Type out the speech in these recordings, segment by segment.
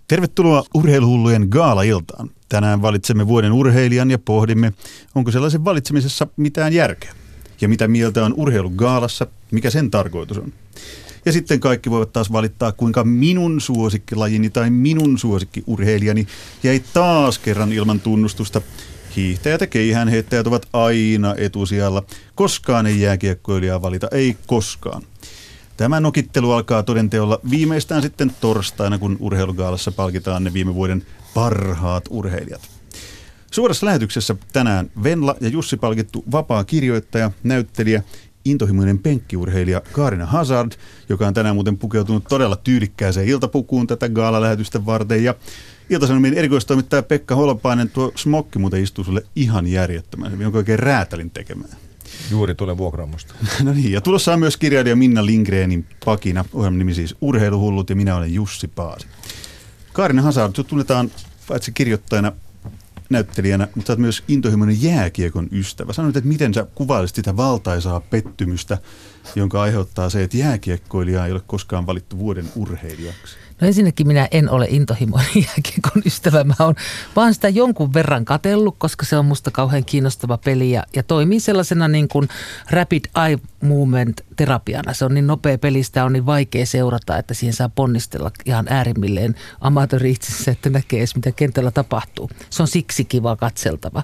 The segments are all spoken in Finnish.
Tervetuloa Urheiluhullujen gaala-iltaan. Tänään valitsemme vuoden urheilijan ja pohdimme, onko sellaisen valitsemisessa mitään järkeä. Ja mitä mieltä on urheilugaalassa, mikä sen tarkoitus on. Ja sitten kaikki voivat taas valittaa, kuinka minun suosikkilajini tai minun suosikkiurheilijani jäi taas kerran ilman tunnustusta. Hiihtäjät ja keihäänheittäjät ovat aina etusijalla. Koskaan ei jääkiekkoilijaa valita, ei koskaan. Tämä nokittelu alkaa todenteolla viimeistään sitten torstaina, kun urheilugaalassa palkitaan ne viime vuoden parhaat urheilijat. Suorassa lähetyksessä tänään Venla ja Jussi palkittu vapaa kirjoittaja, näyttelijä, intohimoinen penkkiurheilija Kaarina Hazard, joka on tänään muuten pukeutunut todella tyylikkääseen iltapukuun tätä gaalalähetystä varten. Ja Ilta-Sanomien erikoistoimittaja Pekka Holopainen, tuo smokki muuten istuu sulle ihan järjettömän hyvin. Onko oikein räätälin tekemään? Juuri tulee vuokraamosta. No niin, ja tulossa on myös kirjailija Minna Lindgrenin pakina. Ohjelman nimi siis Urheiluhullut ja minä olen Jussi Paasi. Kaarina Hazard, sinut tunnetaan paitsi kirjoittajana, näyttelijänä, mutta sä oot myös intohimoinen jääkiekon ystävä. Sanoit, että miten sä kuvailisit sitä valtaisaa pettymystä, jonka aiheuttaa se, että jääkiekkoilija ei ole koskaan valittu vuoden urheilijaksi. No ensinnäkin minä en ole intohimoinen jääkiekon ystävä. Mä oon vaan sitä jonkun verran katsellut, koska se on musta kauhean kiinnostava peli ja toimii sellaisena niin kuin rapid eye movement terapiana. Se on niin nopea peli, sitä on niin vaikea seurata, että siihen saa ponnistella ihan äärimmilleen amatööri itsensä, että näkee edes mitä kentällä tapahtuu. Se on siksi kiva katseltava.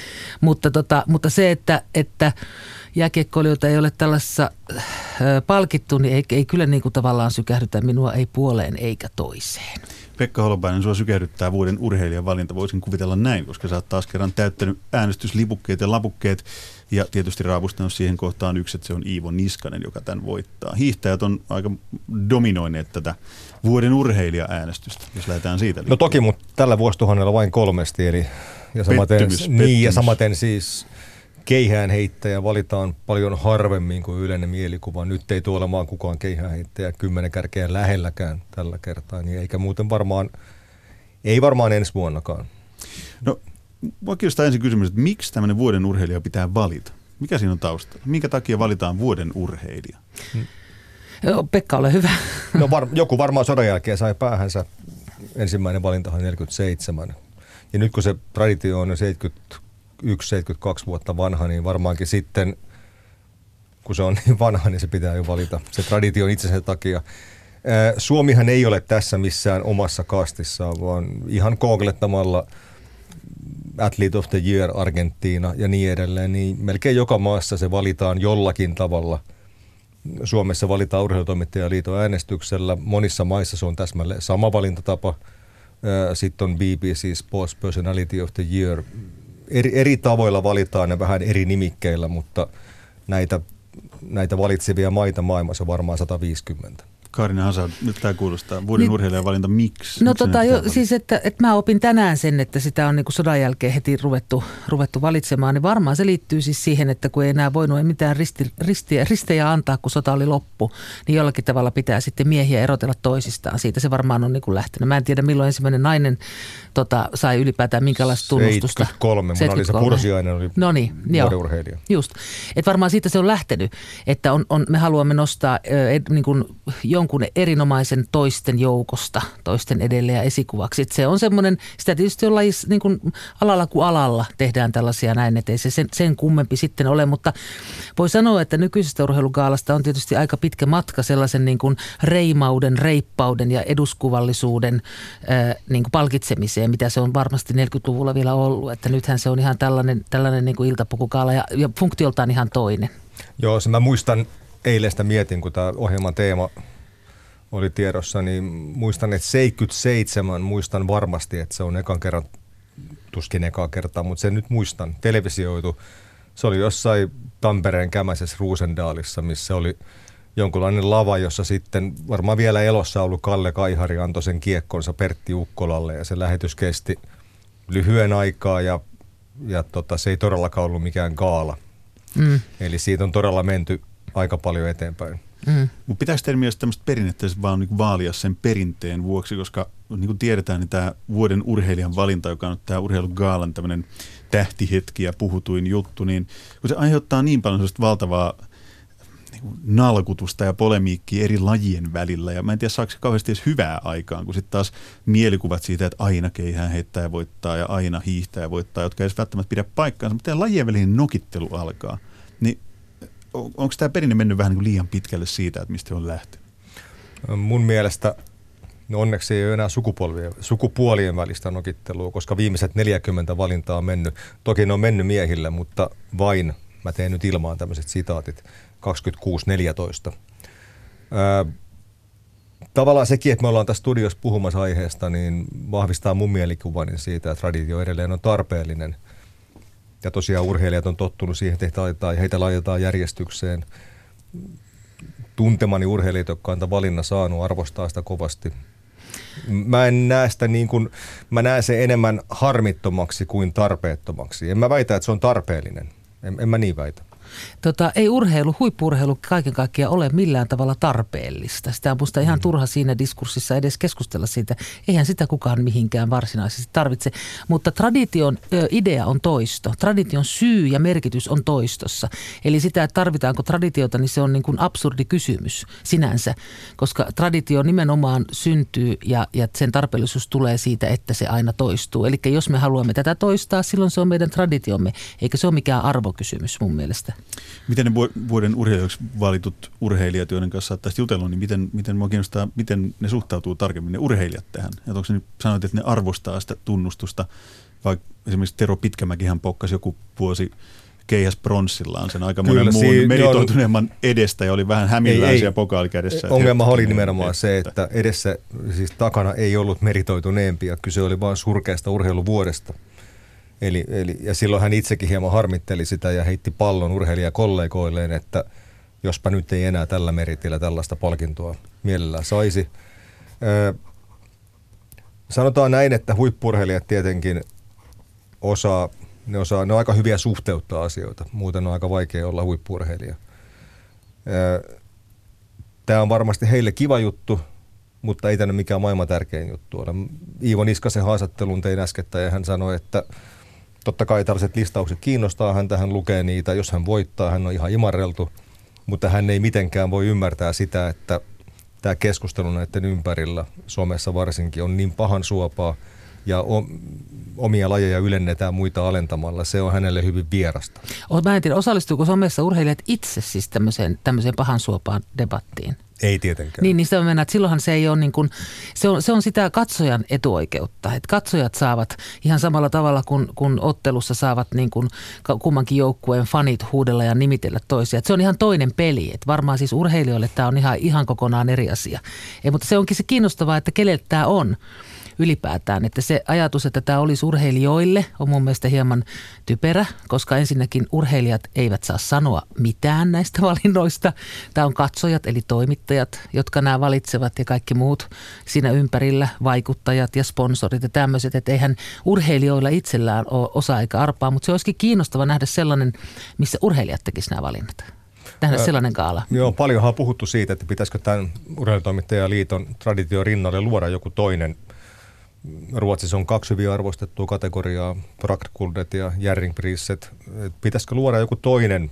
Mutta se, että jääkiekkoilijoita ei ole tällaisessa palkittu, niin ei kyllä niin kuin tavallaan sykähdytä minua ei puoleen eikä toiseen. Pekka Holopainen, sua sykähdyttää vuoden urheilijan valinta. Voisin kuvitella näin, koska sä oot taas kerran täyttänyt äänestyslipukkeet ja lapukkeet. Ja tietysti raapustanut siihen kohtaan yksi, että se on Iivo Niskanen, joka tämän voittaa. Hiihtäjät on aika dominoineet tätä vuoden urheilija-äänestystä, jos lähdetään siitä liikkeelle. No toki, mutta tällä vuosituhannella vain 3. Eli ja samaten siis keihäänheittäjä valitaan paljon harvemmin kuin yleinen mielikuva. Nyt ei tule olemaan kukaan keihäänheittäjä 10 kärkeä lähelläkään tällä kertaa, niin eikä muuten varmaan ensi vuonnakaan. No, voin kiinnostaa ensin kysymys, että miksi tämmöinen vuoden urheilija pitää valita? Mikä siinä on taustalla? Minkä takia valitaan vuoden urheilija? Pekka, ole hyvä. No joku varmaan sodan jälkeen sai päähänsä. Ensimmäinen valintahan 47. Ja nyt kun se traditio on 71-72 vuotta vanha, niin varmaankin sitten, kun se on niin vanha, niin se pitää jo valita. Se traditio on itsensä takia. Suomihan ei ole tässä missään omassa kastissaan, vaan ihan googlettamalla Athlete of the Year Argentiina ja niin edelleen, niin melkein joka maassa se valitaan jollakin tavalla. Suomessa valitaan Urheilutoimittajaliiton äänestyksellä. Monissa maissa se on täsmälleen sama valintatapa. Sitten on BBC Sports Personality of the Year. Eri tavoilla valitaan ne vähän eri nimikkeillä, mutta näitä valitsevia maita maailmassa on varmaan 150. Kaarina Hazard, nyt tämä kuulostaa vuoden urheilijan valinta. Miksi? No siis, että mä opin tänään sen, että sitä on niin kuin sodan jälkeen heti ruvettu valitsemaan, niin varmaan se liittyy siis siihen, että kun ei enää voinut mitään ristejä antaa, kun sota oli loppu, niin jollakin tavalla pitää sitten miehiä erotella toisistaan. Siitä se varmaan on niin kuin lähtenyt. Mä en tiedä, milloin ensimmäinen nainen sai ylipäätään minkälaista tunnustusta. 73. Mun oli se Pursiainen, oli vuoden urheilija. Just. Että varmaan siitä se on lähtenyt, että me haluamme nostaa niin kuin jonkun erinomaisen toisten joukosta, toisten edelle ja esikuvaksi. Että se on semmoinen, sitä tietysti on niin kuin alalla kuin alalla tehdään tällaisia näin, että ei se sen kummempi sitten ole, mutta voi sanoa, että nykyisestä urheilugaalasta on tietysti aika pitkä matka sellaisen niin kuin reimauden, reippauden ja eduskuvallisuuden niin kuin palkitsemiseen, mitä se on varmasti 40-luvulla vielä ollut, että nythän se on ihan tällainen niin kuin iltapukugaala ja funktioltaan ihan toinen. Joo, mä muistan eilestä mietin, kun tämä ohjelman teema oli tiedossa, niin muistan, että 77, muistan varmasti, että se on tuskin ekaa kertaa, mutta sen nyt muistan, televisioitu. Se oli jossain Tampereen Kämäsessä Ruusendaalissa, missä oli jonkunlainen lava, jossa sitten varmaan vielä elossa ollut Kalle Kaihari antoi sen kiekkonsa Pertti Ukkolalle ja se lähetys kesti lyhyen aikaa ja se ei todellakaan ollut mikään gaala. Eli siitä on todella menty aika paljon eteenpäin. Mutta pitääkö teidän mielestä tämmöistä perinnettä vaan niin vaalia sen perinteen vuoksi, koska niin kuin tiedetään, niin tämä vuoden urheilijan valinta, joka on tämä urheilugaalan tämmöinen tähtihetki ja puhutuin juttu, niin kun se aiheuttaa niin paljon sellaista valtavaa nalkutusta ja polemiikkia eri lajien välillä. Ja mä en tiedä, saako se kauheasti edes hyvää aikaan, kun sitten taas mielikuvat siitä, että aina keihään heittää ja voittaa ja aina hiihtää ja voittaa, jotka ei edes välttämättä pidä paikkaansa. Mutta lajien välinen nokittelu alkaa. Niin onko tämä perinne mennyt vähän niin kuin liian pitkälle siitä, että mistä on lähtenyt? Mun mielestä onneksi ei ole enää sukupuolien välistä nokittelua, koska viimeiset 40 valintaa on mennyt. Toki ne on mennyt miehille, mutta vain, mä teen nyt ilmaan tämmöiset sitaatit, 26-14. Tavallaan sekin, että me ollaan tässä studiossa puhumassa aiheesta, niin vahvistaa mun mielikuvani siitä, että traditio edelleen on tarpeellinen. Ja tosiaan urheilijat on tottunut siihen, että heitä laitetaan järjestykseen. Tuntemani urheilijat, jotka on valinnan saanut, arvostaa sitä kovasti. Mä en näe sitä niin kuin, mä näen sen enemmän harmittomaksi kuin tarpeettomaksi. En mä väitä, että se on tarpeellinen. En mä niin väitä. Ei huippu-urheilu kaiken kaikkiaan ole millään tavalla tarpeellista. Sitä on musta ihan turha siinä diskurssissa edes keskustella siitä. Eihän sitä kukaan mihinkään varsinaisesti tarvitse. Mutta tradition idea on toisto. Tradition syy ja merkitys on toistossa. Eli sitä, että tarvitaanko traditiota, niin se on niin kuin absurdi kysymys sinänsä. Koska traditio nimenomaan syntyy ja sen tarpeellisuus tulee siitä, että se aina toistuu. Eli jos me haluamme tätä toistaa, silloin se on meidän traditiomme. Eikä se ole mikään arvokysymys mun mielestä. Miten ne vuoden urheilijoiksi valitut urheilijat, joiden kanssa saattaisi jutella, niin miten mua kiinnostaa, miten ne suhtautuu tarkemmin, ne urheilijat tähän? Ja onko se nyt sanoit, että ne arvostaa sitä tunnustusta, vaikka esimerkiksi Tero Pitkämäkihän pokkasi joku vuosi keihäs pronssillaan sen aika monen muun meritoituneemman edestä ja oli vähän hämillään siellä pokaalikädessä. Ongelma oli nimenomaan se, että edessä siis takana ei ollut meritoituneempia, kyse oli vain surkeasta urheiluvuodesta. Ja silloin hän itsekin hieman harmitteli sitä ja heitti pallon urheilijakollegoilleen, että jospa nyt ei enää tällä meritillä tällaista palkintoa mielellään saisi. Sanotaan näin, että huippu-urheilijat tietenkin ne on aika hyviä suhteuttaa asioita. Muuten on aika vaikea olla huippu-urheilija. Tämä on varmasti heille kiva juttu, mutta ei tämä mikään maailman tärkein juttu ole. Iivo Niskasen haastattelun tein äskettäin ja hän sanoi, että totta kai tällaiset listaukset kiinnostaa häntä, hän lukee niitä. Jos hän voittaa, hän on ihan imarreltu, mutta hän ei mitenkään voi ymmärtää sitä, että tämä keskustelu näiden ympärillä, somessa varsinkin, on niin pahan suopaa ja omia lajeja ylennetään muita alentamalla. Se on hänelle hyvin vierasta. Mä en tiedä, osallistuuko somessa urheilijat itse siis tämmöiseen pahan suopaan debattiin? Ei tietenkään. Niin sitä mennään, että silloinhan se ei ole niin kuin, se on sitä katsojan etuoikeutta. Että katsojat saavat ihan samalla tavalla kuin ottelussa saavat niin kuin kummankin joukkueen fanit huudella ja nimitellä toisia. Että se on ihan toinen peli. Että varmaan siis urheilijoille tämä on ihan kokonaan eri asia. Mutta se onkin se kiinnostavaa, että kenelle tämä on ylipäätään. Että se ajatus, että tämä olisi urheilijoille, on mun mielestä hieman typerä, koska ensinnäkin urheilijat eivät saa sanoa mitään näistä valinnoista. Tämä on katsojat eli toimittajat, jotka nämä valitsevat ja kaikki muut siinä ympärillä, vaikuttajat ja sponsorit ja tämmöiset. Että eihän urheilijoilla itsellään ole osa eikä arpaa, mutta se olisikin kiinnostava nähdä sellainen, missä urheilijat tekisivät nämä valinnat. Nähdä sellainen gaala. Joo, paljonhan on puhuttu siitä, että pitäisikö tämän urheilutoimittajaliiton tradition rinnalle luoda joku toinen. Ruotsissa on 2 hyvin arvostettua kategoriaa, Praktguldet ja Jerringpriset. Pitäisikö luoda joku toinen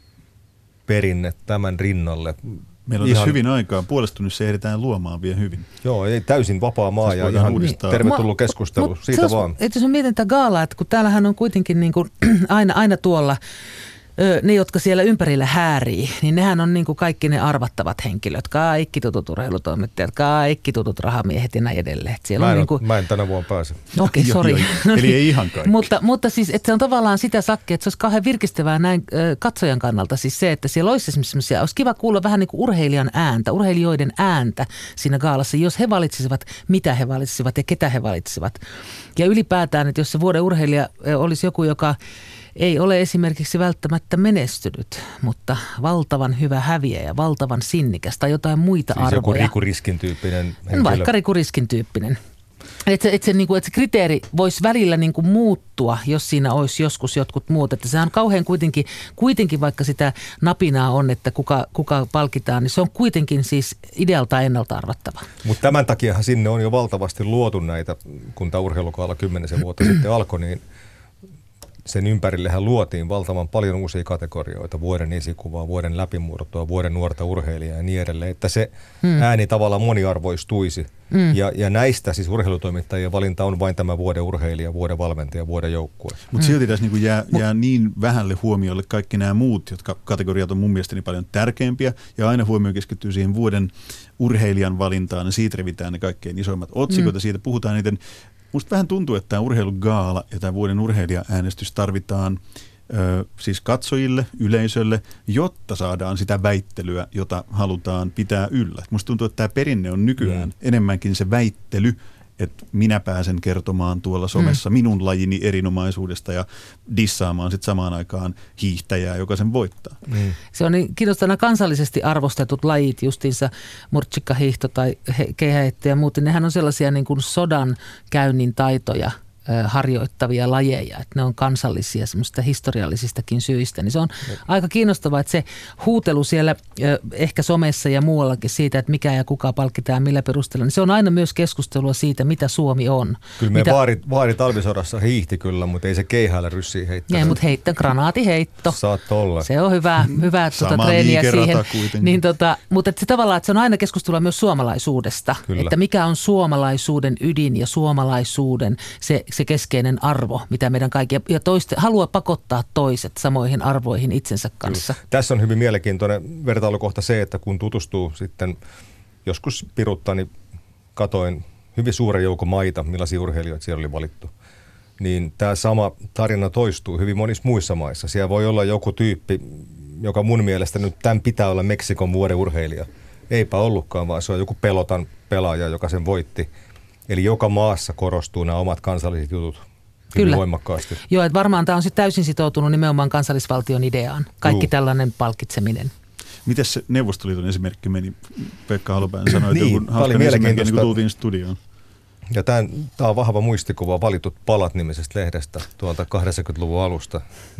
perinne tämän rinnalle? Meillä on tässä hyvin aikaa. Puolestunnissa ehditään luomaan vielä hyvin. Joo, ei täysin vapaa maa ja ihan tervetullut keskustelu. Siitä vaan. Että jos mietin tätä gaalaa, että kun täällähän on kuitenkin niin kuin aina tuolla ne, jotka siellä ympärillä häärii, niin nehän on niin kuin kaikki ne arvattavat henkilöt. Kaikki tutut urheilutoimittajat, kaikki tutut rahamiehet ja näin edelleen. Mä en tänä vuonna pääse. Okei, sori. Eli ei ihan kaikki. mutta siis, että se on tavallaan sitä sakkia, että se olisi kauhean virkistävää näin katsojan kannalta. Siis se, että siellä olisi esimerkiksi, olisi kiva kuulla vähän niin kuin urheilijoiden ääntä siinä gaalassa, jos he valitsisivat, mitä he valitsisivat ja ketä he valitsisivat. Ja ylipäätään, että jos se vuoden urheilija olisi joku, joka ei ole esimerkiksi välttämättä menestynyt, mutta valtavan hyvä häviäjä, valtavan sinnikäs tai jotain muita siis arvoja. Joku Riku Riskin tyyppinen henkilö. Vaikka Riku Riskin tyyppinen. Että se kriteeri voisi välillä niin kuin muuttua, jos siinä olisi joskus jotkut muut. Että sehän on kauhean kuitenkin vaikka sitä napinaa on, että kuka palkitaan, niin se on kuitenkin siis idealta ennalta arvattava. Mutta tämän takiahan sinne on jo valtavasti luotu näitä, kun tämä urheilukaala 10 vuotta sitten alkoi, niin sen ympärillehän luotiin valtavan paljon uusia kategorioita, vuoden esikuvaa, vuoden läpimurtoa, vuoden nuorta urheilijaa ja niin edelleen, että se ääni tavallaan moniarvoistuisi. Ja näistä siis urheilutoimittajien valinta on vain tämä vuoden urheilija, vuoden valmentaja, vuoden joukkue. Mutta silti tässä niin jää niin vähälle huomiolle kaikki nämä muut, jotka kategoriat on mun mielestäni paljon tärkeämpiä, ja aina huomio keskittyy siihen vuoden urheilijan valintaan, ja siitä revitään ne kaikkein isoimmat otsikot, ja siitä puhutaan niiden. Musta vähän tuntuu, että tämä urheilugaala ja tämä vuoden urheilija-äänestys tarvitaan siis katsojille, yleisölle, jotta saadaan sitä väittelyä, jota halutaan pitää yllä. Musta tuntuu, että tämä perinne on nykyään enemmänkin se väittely, että minä pääsen kertomaan tuolla somessa minun lajini erinomaisuudesta ja dissaamaan sitten samaan aikaan hiihtäjää, joka sen voittaa. Se on niin kiinnostavana kansallisesti arvostetut lajit, justiinsa murtsikkahiihto tai keihäheitto ja muuten. Nehän on sellaisia niin kuin sodan käynnin taitoja harjoittavia lajeja, että ne on kansallisia semmoista historiallisistakin syistä, niin se on aika kiinnostavaa, että se huutelu siellä ehkä somessa ja muuallakin siitä, että mikä ja kuka palkitaan millä perusteella, niin se on aina myös keskustelua siitä, mitä Suomi on. Kyllä me vaari talvisodassa hiihti kyllä, mutta ei se keihäällä ryssiin heittänyt. Ei, mutta granaatiheitto. Saat olla. Se on hyvää treeniä siihen. Niin, mutta että se tavallaan, että se on aina keskustelua myös suomalaisuudesta, kyllä. Että mikä on suomalaisuuden ydin ja suomalaisuuden se keskeinen arvo, mitä meidän kaikki, ja haluaa pakottaa toiset samoihin arvoihin itsensä kanssa. Kyllä. Tässä on hyvin mielenkiintoinen vertailukohta se, että kun tutustuu sitten joskus Piruttaan, niin katoin hyvin suuren joukon maita, millaisia urheilijoita siellä oli valittu. Niin tämä sama tarina toistuu hyvin monissa muissa maissa. Siellä voi olla joku tyyppi, joka mun mielestä nyt tämän pitää olla Meksikon vuoden urheilija. Eipä ollutkaan, vaan se on joku pelotan pelaaja, joka sen voitti. Eli joka maassa korostuu nämä omat kansalliset jutut hyvin voimakkaasti. Joo, että varmaan tämä on sitten täysin sitoutunut nimenomaan kansallisvaltion ideaan. Kaikki tällainen palkitseminen. Miten se Neuvostoliiton esimerkki meni? Pekka Halopäin sanoi, että joku hauska esimerkki, niin kuin tultiin studioon. Ja tämä on vahva muistikuva Valitut palat -nimisestä lehdestä tuolta 80-luvun alusta.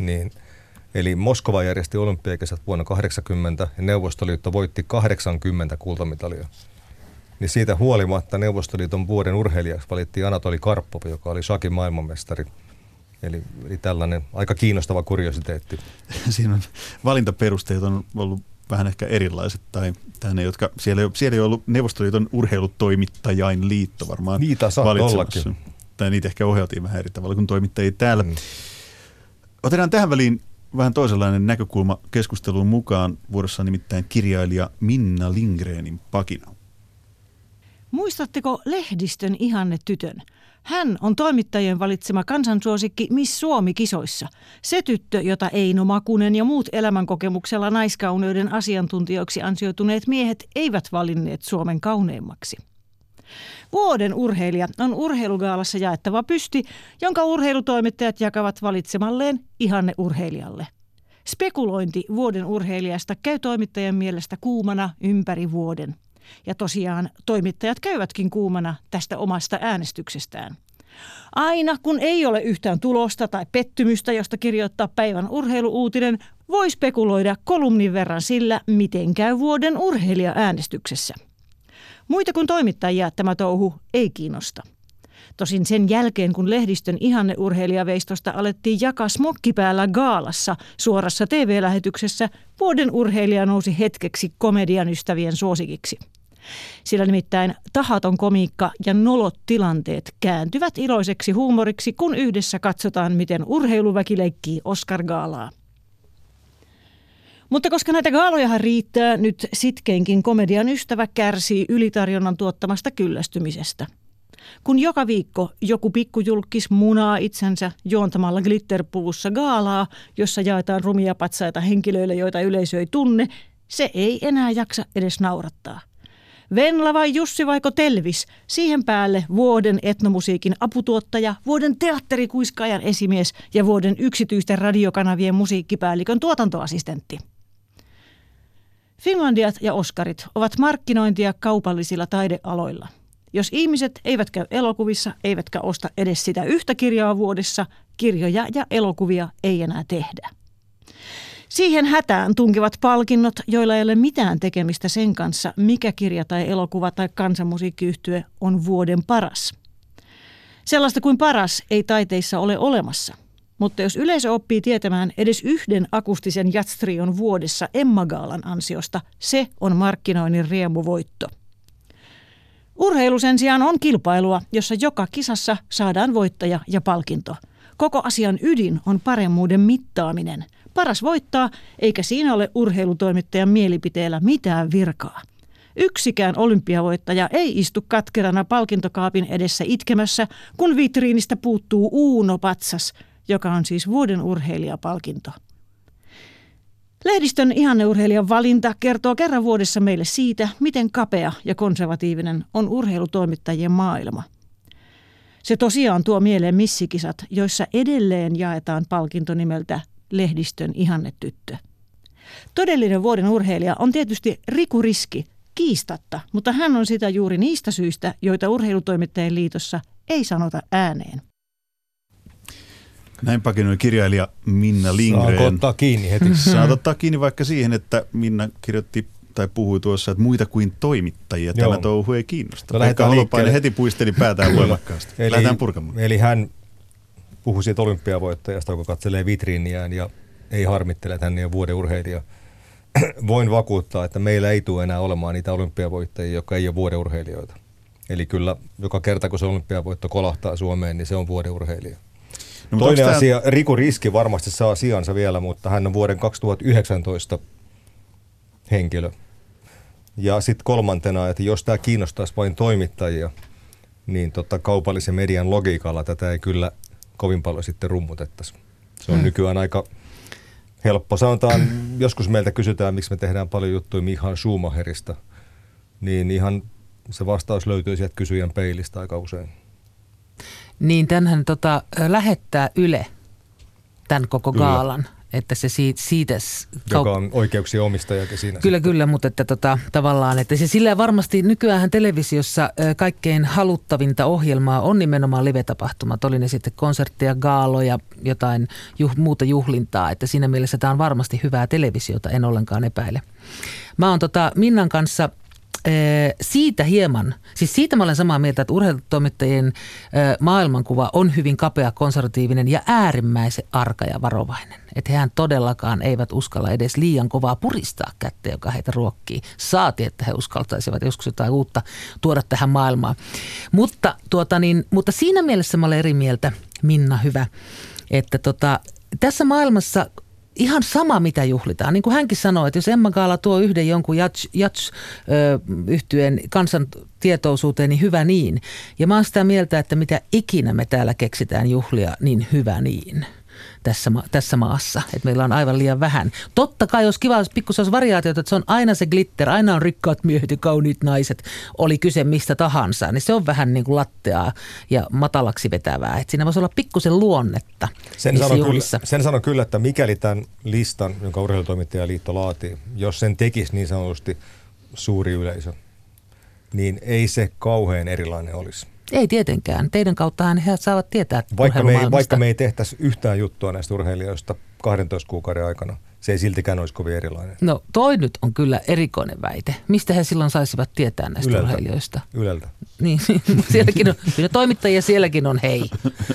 Eli Moskova järjesti olympiakisat vuonna 80 ja Neuvostoliitto voitti 80 kultamitalia. Niin siitä huolimatta Neuvostoliiton vuoden urheilijaksi valittiin Anatoli Karpov, joka oli shakin maailmanmestari. Eli tällainen aika kiinnostava kuriositeetti. Siinä on valintaperusteet on ollut vähän ehkä erilaiset, tai jotka siellä ei ollut Neuvostoliiton urheilutoimittajain liitto varmaan niitä valitsemassa. Tai niitä ehkä ohjautiin vähän eri tavalla kuin toimittajia täällä. Otetaan tähän väliin vähän toisenlainen näkökulma keskusteluun mukaan. Vuorossa on nimittäin kirjailija Minna Lindgrenin pakina. Muistatteko lehdistön ihannetytön? Hän on toimittajien valitsema kansansuosikki Miss Suomi-kisoissa. Se tyttö, jota Eino Makunen ja muut elämänkokemuksella naiskauneuden asiantuntijoiksi ansioituneet miehet eivät valinneet Suomen kauneimmaksi. Vuoden urheilija on urheilugaalassa jaettava pysti, jonka urheilutoimittajat jakavat valitsemalleen ihanneurheilijalle. Spekulointi vuoden urheilijasta käy toimittajan mielestä kuumana ympäri vuoden. Ja tosiaan toimittajat käyvätkin kuumana tästä omasta äänestyksestään. Aina kun ei ole yhtään tulosta tai pettymystä, josta kirjoittaa päivän urheiluuutinen, voi spekuloida kolumnin verran sillä, miten käy vuoden urheilija-äänestyksessä. Muita kuin toimittajia tämä touhu ei kiinnosta. Tosin sen jälkeen, kun lehdistön ihanneurheilijaveistosta alettiin jakaa smokkipäällä gaalassa suorassa TV-lähetyksessä, vuoden urheilija nousi hetkeksi komedian ystävien suosikiksi. Sillä nimittäin tahaton komiikka ja nolot tilanteet kääntyvät iloiseksi huumoriksi, kun yhdessä katsotaan, miten urheiluväki leikkii Oscar-gaalaa. Mutta koska näitä gaalojahan riittää, nyt sitkeinkin komedian ystävä kärsii ylitarjonnan tuottamasta kyllästymisestä. Kun joka viikko joku pikkujulkis munaa itsensä juontamalla glitterpuvussa gaalaa, jossa jaetaan rumia patsaita henkilöille, joita yleisö ei tunne, se ei enää jaksa edes naurattaa. Venla vai Jussi vaiko Telvis, siihen päälle vuoden etnomusiikin aputuottaja, vuoden teatterikuiskaajan esimies ja vuoden yksityisten radiokanavien musiikkipäällikön tuotantoassistentti. Finlandiat ja Oscarit ovat markkinointia kaupallisilla taidealoilla. Jos ihmiset eivät käy elokuvissa, eivätkä osta edes sitä yhtä kirjaa vuodessa, kirjoja ja elokuvia ei enää tehdä. Siihen hätään tunkevat palkinnot, joilla ei ole mitään tekemistä sen kanssa, mikä kirja tai elokuva tai kansanmusiikkiyhtye on vuoden paras. Sellaista kuin paras ei taiteissa ole olemassa, Mutta jos yleisö oppii tietämään edes yhden akustisen jatstrion vuodessa Emma-gaalan ansiosta, se on markkinoinnin riemuvoitto. Urheilu sen sijaan on kilpailua, jossa joka kisassa saadaan voittaja ja palkinto. Koko asian ydin on paremmuuden mittaaminen. Paras voittaa, eikä siinä ole urheilutoimittajan mielipiteellä mitään virkaa. Yksikään olympiavoittaja ei istu katkerana palkintokaapin edessä itkemässä, kun vitriinistä puuttuu Uuno-patsas, joka on siis vuoden urheilijapalkinto. Lehdistön ihanneurheilijan valinta kertoo kerran vuodessa meille siitä, miten kapea ja konservatiivinen on urheilutoimittajien maailma. Se tosiaan tuo mieleen missikisat, joissa edelleen jaetaan palkinto nimeltä lehdistön ihannetyttö. Todellinen vuoden urheilija on tietysti Riku Riski, kiistatta, mutta hän on sitä juuri niistä syistä, joita Urheilutoimittajien liitossa ei sanota ääneen. Näin pakinoi kirjailija Minna Lindgren. Saanko ottaa kiinni heti? Saat ottaa kiinni vaikka siihen, että Minna kirjoitti tai puhui tuossa, että muita kuin toimittajia tämä touhu ei kiinnosta. Pekka Holopainen heti puisteli päätään voimakkaasti. Lähdetään purkamaan. Eli hän puhui siitä olympiavoittajasta, joka katselee vitriiniään ja ei harmittele, että hän ei ole vuoden urheilija. Voin vakuuttaa, että meillä ei tule enää olemaan niitä olympiavoittajia, jotka ei ole vuoden urheilijoita. Eli kyllä joka kerta, kun se olympiavoitto kolahtaa Suomeen, niin se on vuoden urheilija. No, toinen asia, Riku Riski varmasti saa sijansa vielä, mutta hän on vuoden 2019 henkilö. Ja sitten kolmantena, että jos tämä kiinnostaisi vain toimittajia, niin kaupallisen median logiikalla tätä ei kyllä kovin paljon sitten rummutettaisi. Se on nykyään aika helppo. Sanotaan, joskus meiltä kysytään, miksi me tehdään paljon juttuja Michael Schumacherista, niin ihan se vastaus löytyy sieltä kysyjän peilistä aika usein. Niin, tämänhän lähettää Yle tämän koko gaalan, että se siitä joka on oikeuksien omistajakin siinä. Kyllä, mutta että tavallaan, että se sillä varmasti nykyään televisiossa kaikkein haluttavinta ohjelmaa on nimenomaan live-tapahtumat. Oli ne sitten konsertteja, gaaloja, jotain muuta juhlintaa, että siinä mielessä tämä on varmasti hyvää televisiota, en ollenkaan epäile. Mä oon Minnan kanssa siitä hieman, siis siitä mä olen samaa mieltä, että urheilutoimittajien maailmankuva on hyvin kapea, konservatiivinen ja äärimmäisen arka ja varovainen. Että hehän todellakaan eivät uskalla edes liian kovaa puristaa kättä, joka heitä ruokkii. Saati, että he uskaltaisivat joskus jotain uutta tuoda tähän maailmaan. Mutta siinä mielessä mä olen eri mieltä, Minna, hyvä, että tässä maailmassa ihan sama, mitä juhlitaan. Niin kuin hänkin sanoi, että jos Emma-gaala tuo yhden jonkun yhtyeen kansan tietoisuuteen, niin hyvä niin. Ja mä oon sitä mieltä, että mitä ikinä me täällä keksitään juhlia, niin hyvä niin tässä maassa. Että meillä on aivan liian vähän. Totta kai olisi kiva, jos pikkusen olisi variaatiota, että se on aina se glitter, aina on rikkaat miehet ja kauniit naiset, oli kyse mistä tahansa. Niin se on vähän niin kuin latteaa ja matalaksi vetävää. Että siinä voisi olla pikkusen luonnetta. Sen sanon kyllä, että mikäli tämän listan, jonka Urheilutoimittajaliitto laatii, jos sen tekisi niin sanotusti suuri yleisö, niin ei se kauhean erilainen olisi. Ei tietenkään. Teidän kauttahan he saavat tietää Vaikka me ei tehtäisi yhtään juttua näistä urheilijoista 12 kuukauden aikana, se ei siltikään olisi kovin erilainen. No toi nyt on kyllä erikoinen väite. Mistä he silloin saisivat tietää näistä urheilijoista? Yleltä. Niin, sielläkin on, kyllä toimittajia sielläkin on, hei.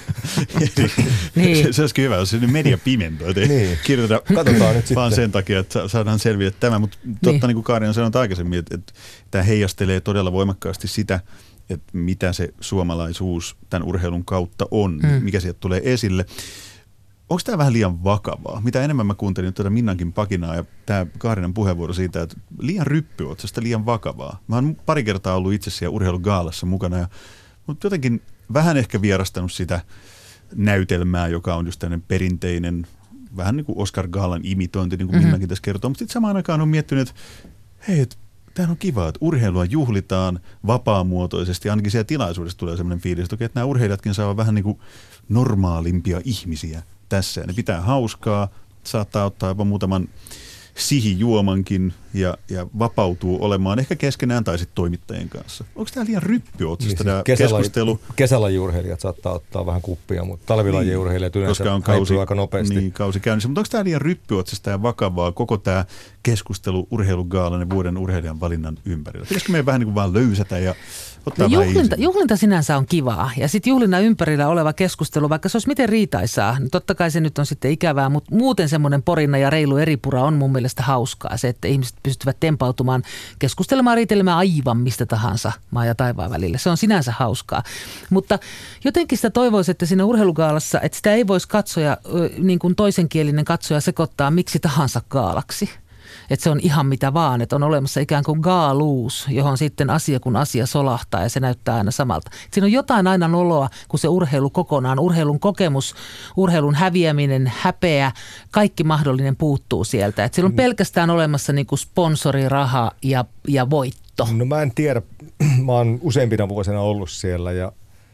Niin. Se olisikin hyvä, jos se media pimentoi. Niin. Katsotaan nyt vaan sen takia, että saadaan selvitä tämä. Mutta totta niin kuin Kaarina sanoi aikaisemmin, että tämä heijastelee todella voimakkaasti sitä, että mitä se suomalaisuus tämän urheilun kautta on, mikä sieltä tulee esille. Onko tämä vähän liian vakavaa? Mitä enemmän mä kuuntelin tätä Minnankin pakinaa ja tämä Kaarinan puheenvuoro siitä, että liian ryppyotsasta, liian vakavaa. Mä oon pari kertaa ollut itse siellä urheilugaalassa mukana, mutta jotenkin vähän ehkä vierastanut sitä näytelmää, joka on just tämmöinen perinteinen, vähän niin kuin Oscar Gaalan imitointi, niin kuin Minnankin tässä kertoo. Mutta sitten samaan aikaan on miettinyt, että hei, tämä on kiva, että urheilua juhlitaan vapaamuotoisesti. Ainakin siellä tilaisuudessa tulee sellainen fiilis, että nämä urheilijatkin saavat vähän niin kuin normaalimpia ihmisiä tässä. Ne pitää hauskaa, saattaa ottaa jopa muutaman sihijuomankin ja vapautuu olemaan ehkä keskenään tai sitten toimittajien kanssa. Onko tämä liian ryppyotsasta tämä keskustelu? Kesälajiurheilijat saattaa ottaa vähän kuppia, mutta talvilajiurheilijat yleensä häipyy aika nopeasti. Niin, kausi käynnissä. Mutta onko tämä liian ryppyotsasta ja vakavaa koko tämä keskustelu urheilugaalan ja vuoden urheilijan valinnan ympärillä? Pitäisikö meidän vähän niin kuin vaan löysätä ja ottaa juhlinta sinänsä on kivaa ja sitten juhlinnan ympärillä oleva keskustelu, vaikka se olisi miten riitaisaa, niin totta kai se nyt on sitten ikävää, mutta muuten semmoinen porinna ja reilu eripura on mun mielestä hauskaa. Se, että ihmiset pystyvät tempautumaan, keskustelemaan, riitelemään aivan mistä tahansa maa ja taivaan välillä. Se on sinänsä hauskaa, mutta jotenkin sitä toivoisi, että siinä urheilugaalassa, että sitä ei voisi katsoja, niin kuin toisenkielinen katsoja sekoittaa miksi tahansa gaalaksi. Että se on ihan mitä vaan, että on olemassa ikään kuin gaaluus, johon sitten asia kun asia solahtaa ja se näyttää aina samalta. Et siinä on jotain aina noloa, kun se urheilu kokonaan, urheilun kokemus, urheilun häviäminen, häpeä, kaikki mahdollinen puuttuu sieltä. Että siellä on pelkästään olemassa niin kuin sponsoriraha ja voitto. No mä en tiedä, mä oon useimpina vuosina ollut siellä ja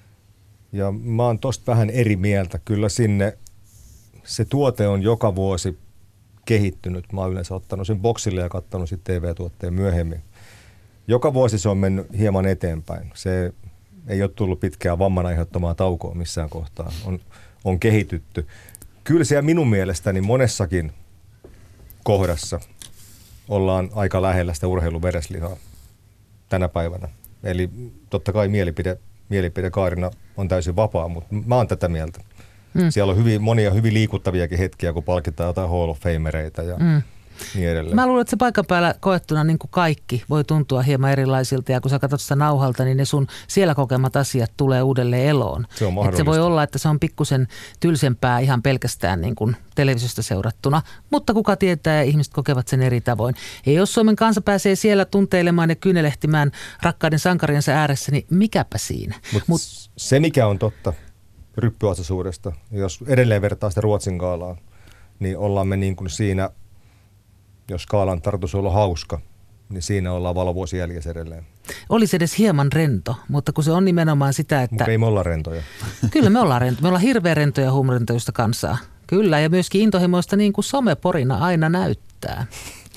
mä oon tosta vähän eri mieltä. Kyllä sinne se tuote on joka vuosi kehittynyt. Mä oon yleensä ottanut sen boksille ja katsonut sitten TV-tuotteen myöhemmin. Joka vuosi se on mennyt hieman eteenpäin. Se ei ole tullut pitkään vamman aiheuttamaa taukoa missään kohtaa. On kehitytty. Kyllä siellä minun mielestäni monessakin kohdassa ollaan aika lähellä sitä urheiluvereslihaa tänä päivänä. Eli totta kai mielipidekaarina on täysin vapaa, mutta mä oon tätä mieltä. Siellä on monia hyvin liikuttaviakin hetkiä, kun palkitaan jotain Hall of Famereita ja niin edelleen. Mä luulen, että se paikan päällä koettuna niin kuin kaikki voi tuntua hieman erilaisilta ja kun sä katsot sitä nauhalta, niin ne sun siellä kokemat asiat tulee uudelleen eloon. Se on mahdollista. Se voi olla, että se on pikkusen tylsempää ihan pelkästään niin kuin televisiosta seurattuna, mutta kuka tietää ja ihmiset kokevat sen eri tavoin. Ja jos Suomen kansa pääsee siellä tunteilemaan ja kyynelehtimään rakkaiden sankariensa ääressä, niin mikäpä siinä. Mut se mikä on totta ryppyasasuudesta, jos edelleen vertaa sitä Ruotsin gaalaan, niin ollaan me niin kuin siinä, jos gaalan tarkoitus olla hauska, niin siinä ollaan valovuosi jäljessä edelleen. Olisi edes hieman rento, mutta kun se on nimenomaan sitä, että... Mutta ei me olla rentoja. Kyllä me ollaan rentoja. Me ollaan hirveän rentoja huumorintoista kansaa. Kyllä, ja myöskin intohimoista niin kuin someporina aina näyttää.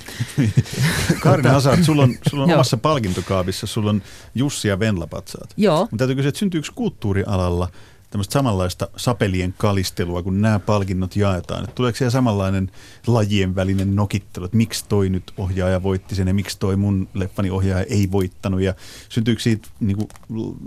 Kaarina Hazard, sulla on omassa palkintokaapissa, sulla on Jussi ja Venla-patsaat. Joo. Mutta täytyy kysyä, että syntyykö kulttuurialalla tämmöistä samanlaista sapelien kalistelua, kun nämä palkinnot jaetaan? Että tuleeko siellä samanlainen lajien välinen nokittelu, että miksi toi nyt ohjaaja voitti sen ja miksi toi mun leffani ohjaaja ei voittanut? Ja syntyykö siitä niin kuin,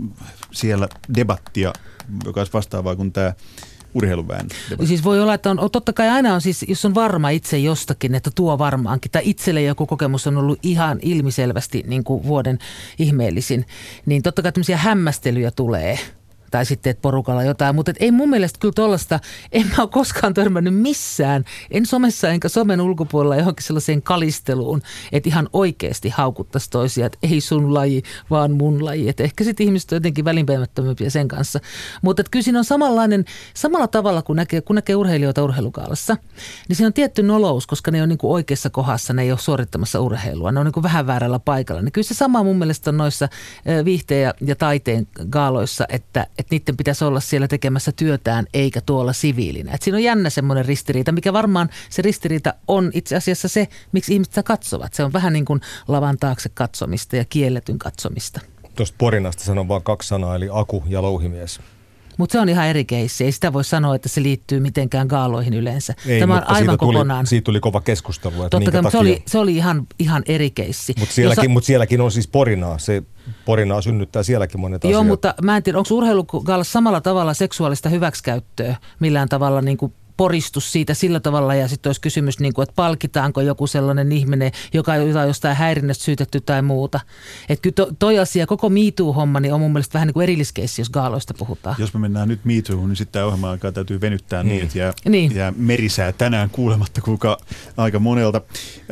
siellä debattia, joka olisi vastaavaa kuin tämä urheiluväen debatti? Siis voi olla, että on totta kai aina on siis, jos on varma itse jostakin, että tuo varmaankin, tai itselle joku kokemus on ollut ihan ilmiselvästi niin kuin vuoden ihmeellisin, niin totta kai tämmöisiä hämmästelyjä tulee. Tai sitten, että porukalla jotain, mutta ei mun mielestä kyllä tollaista, en mä ole koskaan törmännyt missään, en somessa enkä somen ulkopuolella johonkin sellaiseen kalisteluun, että ihan oikeasti haukuttaisi toisia, että ei sun laji, vaan mun laji. Että ehkä sitten ihmiset on jotenkin välinpitämättömämpiä sen kanssa. Mutta kyllä siinä on samalla tavalla, kun näkee urheilijoita urheilugaalassa, niin siinä on tietty nolous, koska ne on niin kuin oikeassa kohdassa, ne ei ole suorittamassa urheilua, ne on niin kuin vähän väärällä paikalla. Niin kyllä se sama mun mielestä on noissa viihteen ja taiteen gaaloissa, että niiden pitäisi olla siellä tekemässä työtään eikä tuolla siviilinä. Et siinä on jännä semmoinen ristiriita, mikä varmaan se ristiriita on itse asiassa se, miksi ihmiset sitä katsovat. Se on vähän niin kuin lavan taakse katsomista ja kielletyn katsomista. Tuosta porinasta sanon vaan 2 sanaa, eli aku ja louhimies. Mutta se on ihan eri keissi. Ei sitä voi sanoa, että se liittyy mitenkään gaaloihin yleensä. Ei, tämä on aivan kokonaan. Siitä tuli kova keskustelu. Totta kai, se oli ihan eri keissi. Mutta sielläkin on siis porinaa. Se porinaa synnyttää sielläkin monet asiat. Joo, mutta mä en tiedä, onko urheilugaalassa samalla tavalla seksuaalista hyväksikäyttöä millään tavalla niin kuin poristus siitä sillä tavalla ja sitten olisi kysymys, niin kuin, että palkitaanko joku sellainen ihminen, joka on jostain häirinnästä syytetty tai muuta. Että kyllä toi asia, koko MeToo-homma, niin on mun mielestä vähän niin kuin erilliskeissi, jos gaaloista puhutaan. Jos me mennään nyt MeToohun, niin sitten tämä ohjelma-aikaa täytyy venyttää niin, että jää merisää tänään kuulematta kuinka aika monelta.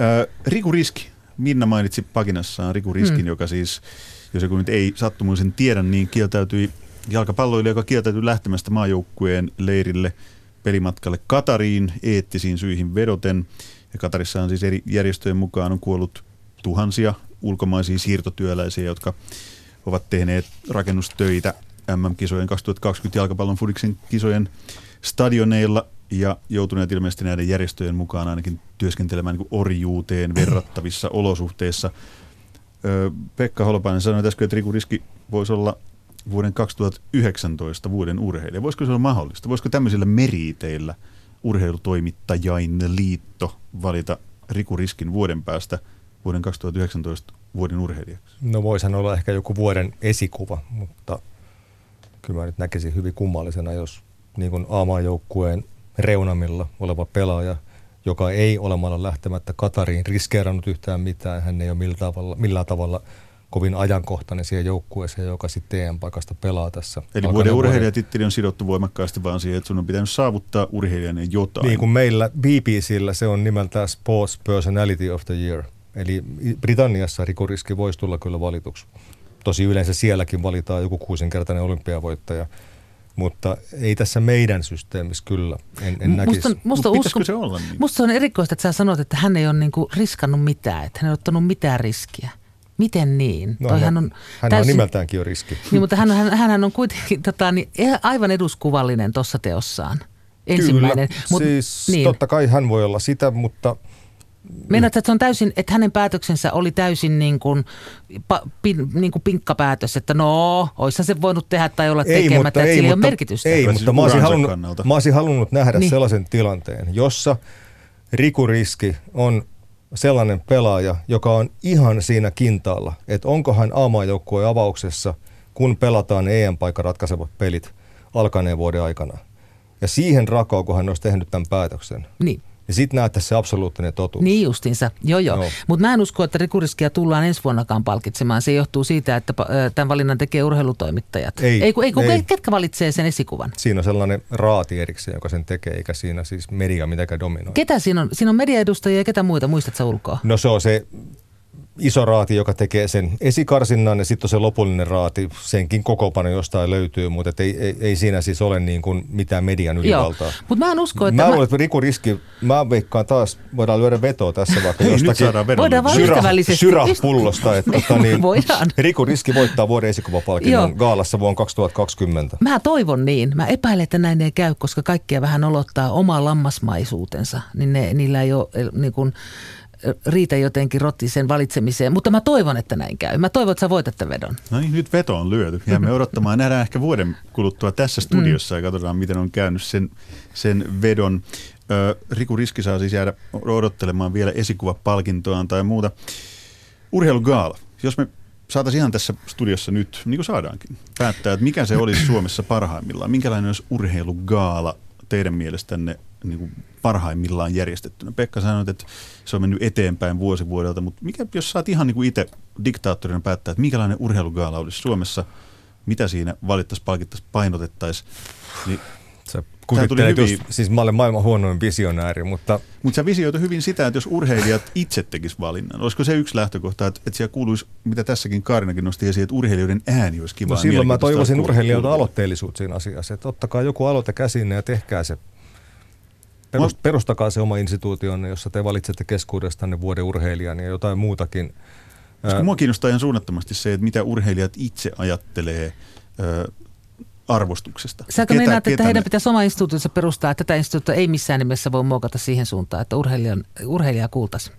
Riku Riski, Minna mainitsi pakinassaan Riku Riskin, joka siis, jos joku nyt ei sattumuisen tiedä, niin kieltäytyi jalkapalloilija, joka kieltäytyi lähtemästä maajoukkueen leirille pelimatkalle Katariin eettisiin syihin vedoten. Ja Katarissa on siis eri järjestöjen mukaan on kuollut tuhansia ulkomaisia siirtotyöläisiä, jotka ovat tehneet rakennustöitä MM-kisojen 2020 jalkapallon Fudiksen kisojen stadioneilla ja joutuneet ilmeisesti näiden järjestöjen mukaan ainakin työskentelemään niin kuin orjuuteen verrattavissa olosuhteissa. Pekka Holopainen sanoi äsken, että Riku Riski voisi olla vuoden 2019 vuoden urheilija. Voisiko se olla mahdollista? Voisiko tämmöisillä meriiteillä urheilutoimittajain liitto valita Riku Riskin vuoden päästä vuoden 2019 vuoden urheilijaksi? No voisihan olla ehkä joku vuoden esikuva, mutta kyllä mä nyt näkisin hyvin kummallisena, jos niin kuin A-maajoukkueen reunamilla oleva pelaaja, joka ei olemalla lähtemättä Katariin riskeerannut yhtään mitään, hän ei ole millään tavalla kovin ajankohtainen siihen joukkueeseen, joka sitten EM-paikasta pelaa tässä. Eli vuoden urheilijatitteli on sidottu voimakkaasti vaan siihen, että sun on pitänyt saavuttaa urheilijainen jotain. Niin kuin meillä BBC:llä se on nimeltään Sports Personality of the Year. Eli Britanniassa Riku Riski voisi tulla kyllä valituksi. Tosi yleensä sielläkin valitaan joku 6-kertainen olympiavoittaja. Mutta ei tässä meidän systeemissä kyllä, en näkisi. Pitäisikö se olla niin? Musta se on erikoista, että sä sanot, että hän ei ole niinku riskannut mitään, että hän ei ole ottanut mitään riskiä. Miten niin? No, hän on nimeltäänkin jo riski. Niin, mutta hän on kuitenkin aivan eduskuvallinen tuossa teossaan. Ensimmäinen. Kyllä, siis niin. Totta kai hän voi olla sitä, mutta... Meinaat, että se on täysin, että hänen päätöksensä oli täysin niin kuin pinkkapäätös, että oishan se voinut tehdä tai olla tekemättä, että sillä ei ole merkitystä. Ei, mutta mä olisin halunnut nähdä sellaisen tilanteen, jossa Riku Riski on sellainen pelaaja, joka on ihan siinä kintaalla, että onko hän A-maajoukkueen avauksessa, kun pelataan EM-paikan ratkaisevat pelit alkaneen vuoden aikana. Ja siihen rakoon, kun hän olisi tehnyt tämän päätöksen. Niin. Ja sitten näyttää se absoluuttinen totuus. Niin justiinsa, joo. Mutta mä en usko, että Riku Riskiä tullaan ensi vuonnakaan palkitsemaan. Se johtuu siitä, että tämän valinnan tekee urheilutoimittajat. Ei. Ketkä valitsee sen esikuvan? Siinä on sellainen raati erikseen, joka sen tekee, eikä siinä siis media mitenkään dominoi. Ketä siinä on? Siinä on mediaedustajia ja ketä muita, muistatko ulkoa? No se on se iso raati, joka tekee sen esikarsinnan ja sitten on se lopullinen raati, senkin kokoonpano jostain löytyy, mutta ei siinä siis ole niin kuin mitään median ylivaltaa. Mutta mä en usko, että... Mä luulen, että Riku Riski, mä veikkaan taas, voidaan lyödä vetoa tässä vaikka jostakin syrah-pullosta, että Riku Riski voittaa vuoden esikuvapalkinnon gaalassa vuonna 2020. Mä toivon niin. Mä epäilen, että näin ei käy, koska kaikkia vähän olottaa oma lammasmaisuutensa, niin niillä ei ole niin kuin riitä jotenkin Rottisen valitsemiseen, mutta mä toivon, että näin käy. Mä toivon, että sä voitat tämän vedon. No niin, nyt veto on lyöty. Jäämme odottamaan. Nähdään ehkä vuoden kuluttua tässä studiossa ja katsotaan, miten on käynyt sen vedon. Riku Riski saa siis jäädä odottelemaan vielä esikuvapalkintoaan tai muuta. Urheilugaala. Jos me saataisiin ihan tässä studiossa nyt, niin kuin saadaankin, päättää, että mikä se olisi Suomessa parhaimmillaan. Minkälainen olisi urheilugaala teidän mielestänne niin kuin parhaimmillaan järjestettynä? Pekka sanoi, että se on mennyt eteenpäin vuosi vuodelta, mutta mikä, jos saat ihan niin kuin itse diktaattorina päättää, että minkälainen urheilugaala olisi Suomessa, mitä siinä valittaisiin, palkittaisiin, painotettaisiin, niin siis mä olen maailman huonoin visionääri, mutta... Mutta sä visioitu hyvin sitä, että jos urheilijat itse tekisivät valinnan, olisiko se yksi lähtökohta, että siellä kuuluisi, mitä tässäkin Kaarinakin nosti esiin, että urheilijoiden ääni olisi kiva. No silloin mä toivoisin urheilijoilta aloitteellisuutta siinä asiassa, että ottakaa joku aloite käsinne ja tehkää se. Perustakaa se oma instituutionne, jossa te valitsette keskuudestanne vuoden urheilijan ja jotain muutakin. Koska mua kiinnostaa ihan suunnattomasti se, että mitä urheilijat itse ajattelee arvostuksesta. Säkö meinaat, että heidän pitäisi oma instituutionsa perustaa, että tätä instituutiota ei missään nimessä voi muokata siihen suuntaan, että urheilijaa kuultaisiin?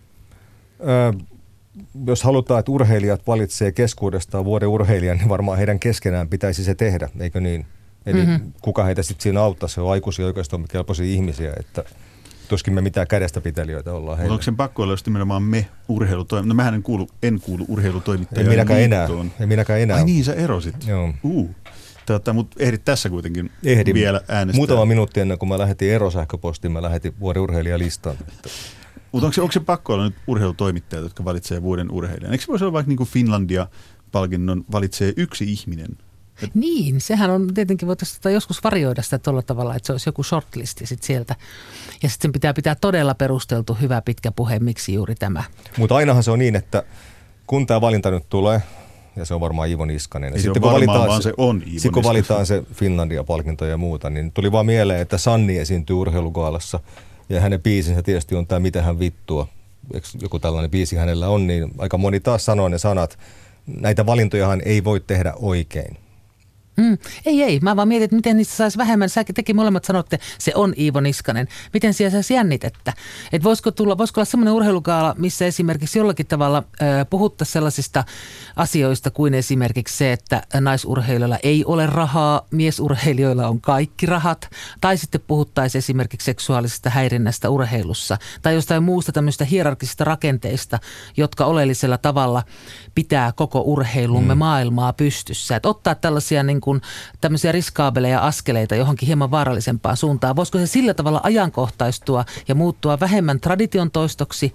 Jos halutaan, että urheilijat valitsee keskuudestaan vuoden urheilijan, niin varmaan heidän keskenään pitäisi se tehdä, eikö niin? Eli kuka heitä sitten siinä auttaa, se on aikuisia oikeastaan kelpoisia ihmisiä, että tuskin me mitään kädestäpitelijöitä ollaan heille. Onko sen pakko olla just nimenomaan me urheilutoimittajia? No mähän en kuulu urheilutoimittajia. Ei minäkään enää. Ai niin, sä erosit. Joo. Mutta ehdit tässä kuitenkin vielä äänestää. Muutama minuutti ennen kuin mä lähetin erosähköpostiin, mä lähetin vuoden urheilijalistan. Mutta onko se pakko olla nyt urheilutoimittajat, jotka valitsee vuoden urheilijan? Eikö se voisi olla vaikka niin kuin Finlandia-palkinnon valitsee yksi ihminen? Niin, sehän on tietenkin, voitaisiin joskus varioida sitä tuolla tavalla, että se olisi joku shortlisti sitten sieltä. Ja sitten sen pitää todella perusteltu hyvä pitkä puhe, miksi juuri tämä. Mutta ainahan se on niin, että kun tämä valinta nyt tulee, ja se on varmaan Iivo Niskanen. Ei sitten kun valitaan se Finlandia-palkinto ja muuta, niin tuli vaan mieleen, että Sanni esiintyy urheilugaalassa. Ja hänen biisinsä tietysti on tämä Mitä hän vittua. Joku tällainen biisi hänellä on, niin aika moni taas sanoo ne sanat. Näitä valintojahan ei voi tehdä oikein. Ei. Mä vaan mietin, että miten niistä saisi vähemmän. Tekin molemmat sanotte, se on Iivo Niskanen. Miten siellä saisi jännitettä? Että voisiko olla semmoinen urheilugaala, missä esimerkiksi jollakin tavalla puhuttaisiin sellaisista asioista kuin esimerkiksi se, että naisurheilijoilla ei ole rahaa, miesurheilijoilla on kaikki rahat. Tai sitten puhuttaisiin esimerkiksi seksuaalisesta häirinnästä urheilussa. Tai jostain muusta tämmöistä hierarkisista rakenteista, jotka oleellisella tavalla pitää koko urheilumme maailmaa pystyssä. Että ottaa tällaisia niin kuin, tämmöisiä riskaabeleja askeleita johonkin hieman vaarallisempaan suuntaan. Voisiko se sillä tavalla ajankohtaistua ja muuttua vähemmän tradition toistoksi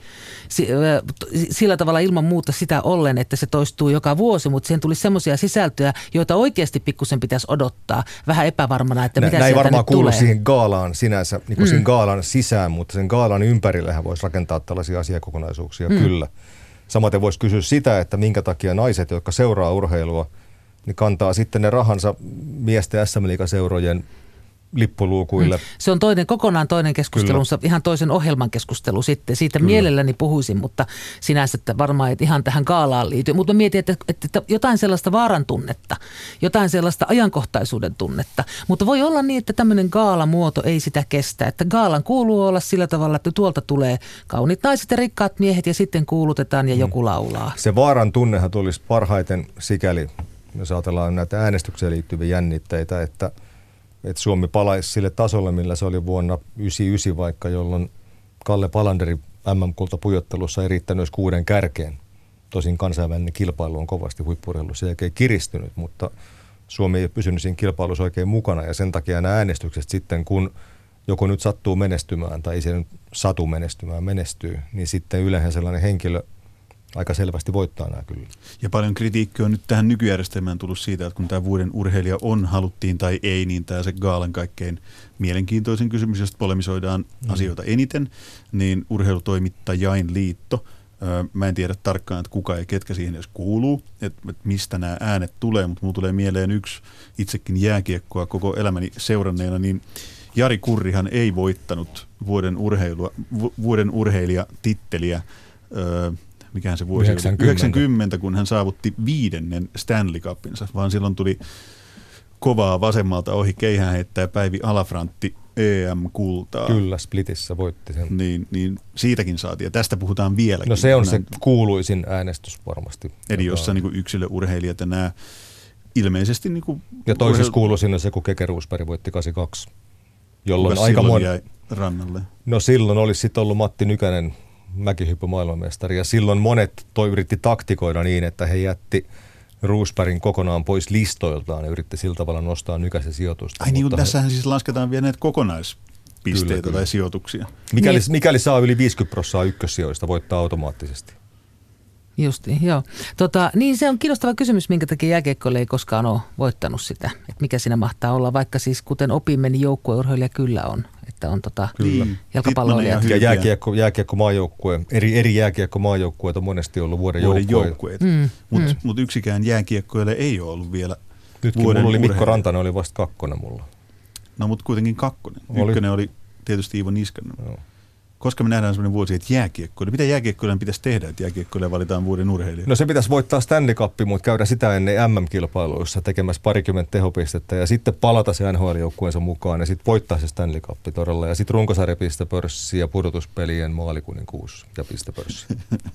sillä tavalla ilman muuta sitä ollen, että se toistuu joka vuosi, mutta siihen tulisi semmoisia sisältöjä, joita oikeasti pikkusen pitäisi odottaa vähän epävarmana, että mitä sieltä ei varmaan nyt kuulu tulee. siihen gaalaan sinänsä, niin kuin sen gaalan sisään, mutta sen gaalan ympärillähän voisi rakentaa tällaisia asiakokonaisuuksia, kyllä. Samaten voisi kysyä sitä, että minkä takia naiset, jotka seuraa urheilua, niin kantaa sitten ne rahansa miesten SM-liigaseurojen lippuluukuille. Se on kokonaan toinen keskustelunsa, ihan toisen ohjelman keskustelu sitten. Siitä mielelläni puhuisin, mutta sinänsä että varmaan et ihan tähän gaalaan liity. Mutta mietin, että jotain sellaista vaaran tunnetta, jotain sellaista ajankohtaisuuden tunnetta. Mutta voi olla niin, että tämmöinen gaalamuoto ei sitä kestä. Että gaalan kuuluu olla sillä tavalla, että tuolta tulee kauniit naiset ja rikkaat miehet ja sitten kuulutetaan ja joku laulaa. Se vaaran tunnehan tulisi parhaiten sikäli, jos ajatellaan näitä äänestykseen liittyviä jännitteitä, että Suomi palaisi sille tasolle, millä se oli vuonna 1999 vaikka, jolloin Kalle Palanderi MM-kultapujottelussa ei riittänyt myös 6 kärkeen. Tosin kansainvälinen kilpailu on kovasti huippu-urheilussa jälkeen kiristynyt, mutta Suomi ei pysynyt siinä kilpailussa oikein mukana ja sen takia nämä äänestykset sitten, kun joku nyt sattuu menestymään tai ei se nyt satu menestymään, menestyy, niin sitten yleensä sellainen henkilö aika selvästi voittaa nämä kyllä. Ja paljon kritiikkiä on nyt tähän nykyjärjestelmään tullut siitä, että kun tämä vuoden urheilija on, haluttiin tai ei, niin tämä se gaalan kaikkein mielenkiintoisin kysymys, josta polemisoidaan asioita eniten, niin urheilutoimittajain liitto. Mä en tiedä tarkkaan, että kuka ja ketkä siihen edes kuuluu, että mistä nämä äänet tulee, mutta mulla tulee mieleen yksi itsekin jääkiekkoa koko elämäni seuranneena, niin Jari Kurrihan ei voittanut vuoden urheilijatitteliä, mikähän se vuosi 90, kun hän saavutti 5. Stanley Cupinsa, vaan silloin tuli kovaa vasemmalta ohi keihäänheittäjä Päivi Alafrantti EM-kultaa. Kyllä, Splitissä voitti sen. Niin siitäkin saatiin, ja tästä puhutaan vieläkin. No se on se kuuluisin äänestys varmasti. Eli jossa niin yksilöurheilijat ja nämä ilmeisesti... Niin ja toisessa kuuluisin on se, kun Keke Roosberg voitti 82, jolloin aika silloin jäi rannalle? No silloin olisi sitten ollut Matti Nykänen, mäkihyppy maailmanmestari, ja silloin monet yritti taktikoida niin, että he jätti Roosbergin kokonaan pois listoiltaan ja yritti sillä tavalla nostaa Nykäsen sijoitusta. Ai niin, tässähän siis lasketaan vielä näitä kokonaispisteitä kyllä. Tai sijoituksia. Mikäli saa yli 50% ykkössijoista, voittaa automaattisesti. Justiin, joo. Niin se on kiinnostava kysymys, minkä takia jääkiekkoille ei koskaan ole voittanut sitä. Että mikä siinä mahtaa olla, vaikka siis kuten opimme, niin joukkueurheilija kyllä on. Että on jalkapalloilijat. Ja jääkiekkomaajoukkue, eri jääkiekkomaajoukkueet on monesti ollut vuoden joukkueet. Mutta yksikään jääkiekkoille ei ole ollut vielä nytkin vuoden mulla oli Mikko Rantanen, oli vasta 2 mulla. No mutta kuitenkin 2. 1 oli tietysti Iivo Niskanen. Joo. Koska me nähdään sellainen vuosi, että jääkiekkoille. Mitä jääkiekkoille pitäisi tehdä, että jääkiekkoille valitaan vuoden urheilija? No se pitäisi voittaa Stanley Cup, mutta käydä sitä ennen MM-kilpailuissa tekemässä 20 tehopistettä ja sitten palata se NHL-joukkueensa mukaan ja sitten voittaa se Stanley Cup todella. Ja sitten runkosarjapistepörssi ja pudotuspelien maalikuninkuus ja pistepörssi.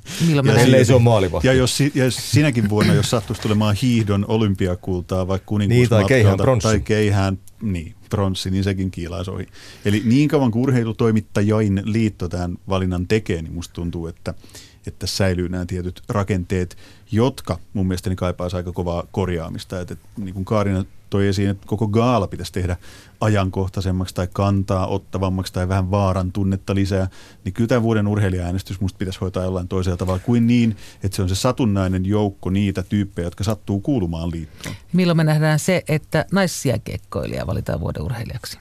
Ellei se on maalivahti. Ja jos sinäkin vuonna, jos sattuisi tulemaan hiihdon olympiakultaa, vaikka kuninkuusmatkalta tai keihään pronssi, niin sekin kiilaisi ohi. Eli niin kauan kuin urheilutoimittajain liitto tämän valinnan tekee, niin musta tuntuu, että säilyy nämä tietyt rakenteet, jotka mun mielestäni kaipaisi aika kovaa korjaamista. Että niin kuin Kaarina toi esiin, että koko gaala pitäisi tehdä ajankohtaisemmaksi tai kantaa ottavammaksi tai vähän vaaran tunnetta lisää, niin kyllä tämä vuoden urheilija-äänestys musta pitäisi hoitaa jollain toisella tavalla kuin niin, että se on se satunnainen joukko niitä tyyppejä, jotka sattuu kuulumaan liittoon. Milloin me nähdään se, että naisjääkiekkoilija valitaan vuoden urheilijaksi?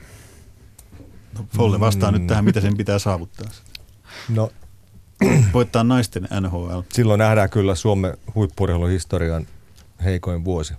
No, Folle vastaa nyt tähän, mitä sen pitää saavuttaa. No, voittaa naisten NHL. Silloin nähdään kyllä Suomen huippu-urheiluhistorian heikoin vuosi,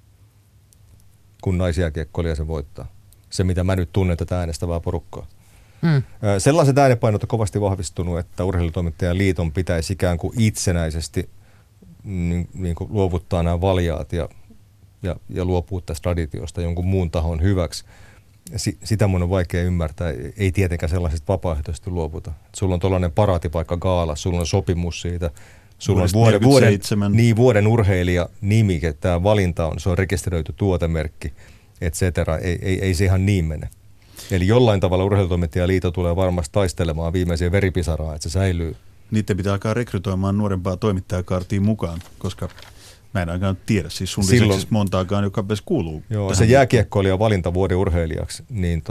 kun naisjääkiekkoilija sen voittaa. Se, mitä mä nyt tunnen tätä äänestävää porukkaa. Sellaiset äänepainot on kovasti vahvistunut, että urheilutoimittajan liiton pitäisi ikään kuin itsenäisesti niin kuin luovuttaa nämä valjaat ja ja luopua tästä traditiosta jonkun muun tahon hyväksi. Sitä mun on vaikea ymmärtää. Ei tietenkään sellaisesta vapaaehtoisesti luovuta. Sulla on tuollainen paraatipaikka gaala, sulla on sopimus siitä, sulla on vuoden urheilija nimi, että tämä valinta on, se on rekisteröity tuotemerkki, et cetera. Ei se ihan niin mene. Eli jollain tavalla Urheilutoimittajaliitto tulee varmasti taistelemaan viimeisiä veripisaraa, että se säilyy. Niiden pitää alkaa rekrytoimaan nuorempaa toimittajakaartiin mukaan, koska mä en ainakaan tiedä, siis sun lisäksi montaakaan, joka myös kuuluu. Joo, se jääkiekkoilija valinta vuoden urheilijaksi, niin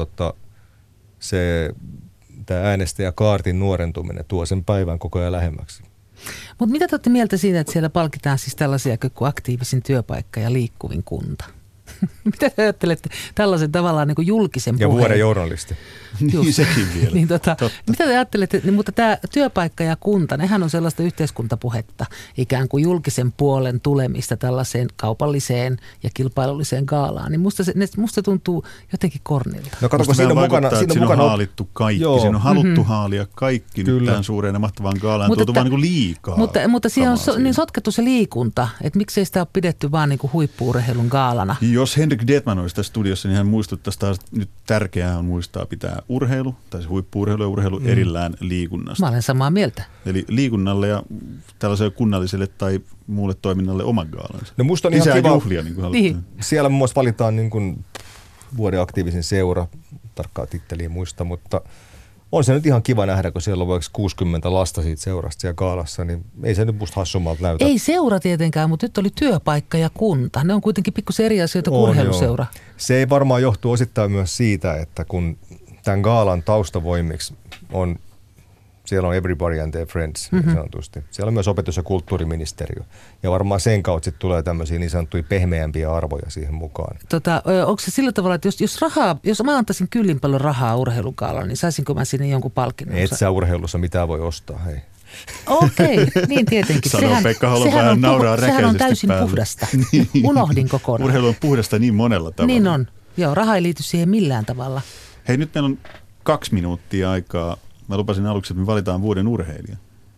tämä äänestäjäkaartin nuorentuminen tuo sen päivän koko ajan lähemmäksi. Mutta mitä te olette mieltä siitä, että siellä palkitaan siis tällaisia kuin aktiivisin työpaikka ja liikkuvin kunta? Mitä te ajattelette tällaisen tavallaan niin kuin julkisen puheen? Ja vuoden journalisti. Niin sekin vielä. Niin mitä te ajattelette, mutta tämä työpaikka ja kunta, nehän on sellaista yhteiskuntapuhetta, ikään kuin julkisen puolen tulemista tällaiseen kaupalliseen ja kilpailulliseen gaalaan. Niin musta tuntuu jotenkin kornilta. No katsoko, siinä on haalittu kaikki. Joo. Siinä on haluttu haalia kaikki nyt tämän suureen ja mahtavaan gaalaan. Tuotu vaan niin kuin liikaa. Mutta siinä on niin sotkettu se liikunta, että miksei sitä ole pidetty vaan niin kuin huippu-urheilun gaalana. Jos Henrik Detman olisi tässä studiossa, niin hän muistuttaisi taas, että nyt tärkeää on muistaa pitää urheilu, tai se huippu-urheilu ja urheilu erillään liikunnasta. Mä olen samaa mieltä. Eli liikunnalle ja tällaiselle kunnalliselle tai muulle toiminnalle oman gaalansa. No musta on ihan kiva. Juhlia, niin kuin halutaan. Siellä muun muassa valitaan niin kuin vuoden aktiivisin seura, tarkkaa titteliä muista, mutta on se nyt ihan kiva nähdä, kun siellä on vaikka 60 lasta siitä seurasta siellä gaalassa, niin ei se nyt musta hassummalta näytä. Ei seura tietenkään, mutta nyt oli työpaikka ja kunta. Ne on kuitenkin pikkusen eri asioita kuin urheiluseura. Se ei varmaan johtu osittain myös siitä, että kun tämän gaalan taustavoimiksi siellä on Everybody and their Friends, niin sanotusti. Siellä on myös opetus- ja kulttuuriministeriö. Ja varmaan sen kautta sitten tulee tämmöisiä niin sanottuja pehmeämpiä arvoja siihen mukaan. Onko se sillä tavalla, että jos mä antaisin kyllin paljon rahaa urheilugaalaan, niin saisinko mä sinne jonkun palkinnon? Et sä urheilussa mitään voi ostaa, hei. Okei, niin tietenkin. Sanoo Pekka Holopainen ja nauraa räkäisesti sehän on täysin päälle. Puhdasta. Unohdin kokonaan. Urheilu on puhdasta niin monella tavalla. Niin on. Joo, raha ei liity siihen millään tavalla. Hei, nyt meillä on 2 minuuttia aikaa. Mä lupasin aluksi, että me valitaan vuoden urheilija.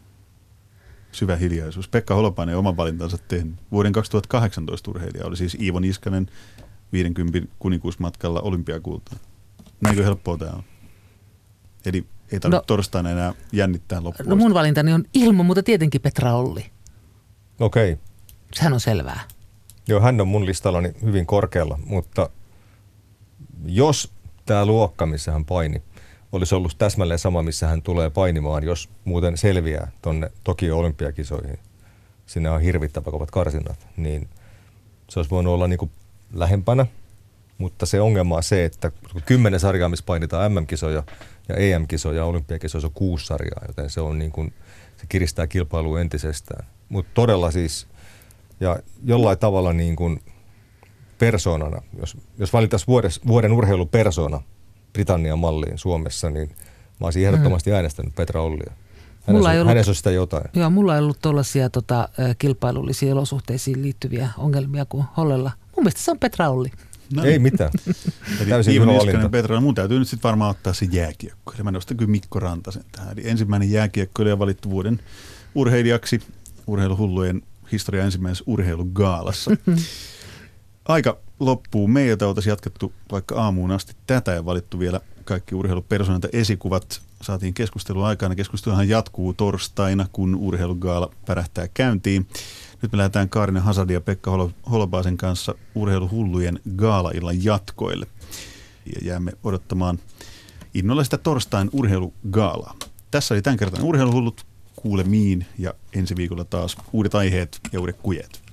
Syvä hiljaisuus. Pekka Holopainen oman valintansa tehnyt. Vuoden 2018 urheilija oli siis Iivo Niskanen 50 kuninkuusmatkalla olympiakultaan. Näinkö helppoa tämä on? Eli ei tarvitse torstaina enää jännittää loppuun. No mun valintani on ilman muuta tietenkin Petra Olli. Okei. Sehän on selvää. Joo, hän on mun listallani hyvin korkealla, mutta jos tämä luokka, missä hän paini, olisi ollut täsmälleen sama, missä hän tulee painimaan, jos muuten selviää tuonne Tokio olympiakisoihin. Sinne on hirvittävä kovat karsinnat, niin se olisi voinut olla niin kuin lähempänä, mutta se ongelma on se, että 10 sarjaa, missä painitaan MM-kisoja ja EM-kisoja ja olympiakisoja, on 6 sarjaa, joten se on niin kuin, se kiristää kilpailua entisestään. Mutta todella siis, ja jollain tavalla niin kuin persoonana, jos valittaisiin vuoden urheilupersona Britannian malliin Suomessa, niin mä olisin ehdottomasti äänestänyt Petra Ollia. Hänessä on sitä jotain. Joo, mulla ei ollut tuollaisia kilpailullisiin olosuhteisiin liittyviä ongelmia kuin Hollella. Mun mielestä se on Petra Olli. No. Ei mitään. Täysin Iivo Niskanen, Petra. Mun täytyy nyt sitten varmaan ottaa se jääkiekko. Mä nostan kyllä Mikko Rantasen tähän. Eli ensimmäinen jääkiekkoilija valittu vuoden urheilijaksi urheiluhullujen historian ensimmäisessä urheilugaalassa. Aika loppuu meiltä. Oltaisiin jatkettu vaikka aamuun asti tätä ja valittu vielä kaikki urheilupersonalta esikuvat. Saatiin keskustelua aikana. Keskusteluhan jatkuu torstaina, kun urheilugaala pärähtää käyntiin. Nyt me lähdetään Kaarina Hazardin ja Pekka Holopaisen kanssa urheiluhullujen gaala-illan jatkoille. Ja jäämme odottamaan innolla sitä torstain urheilugaalaa. Tässä oli tämän kertaan urheiluhullut, kuulemiin ja ensi viikolla taas uudet aiheet ja uudet kujet.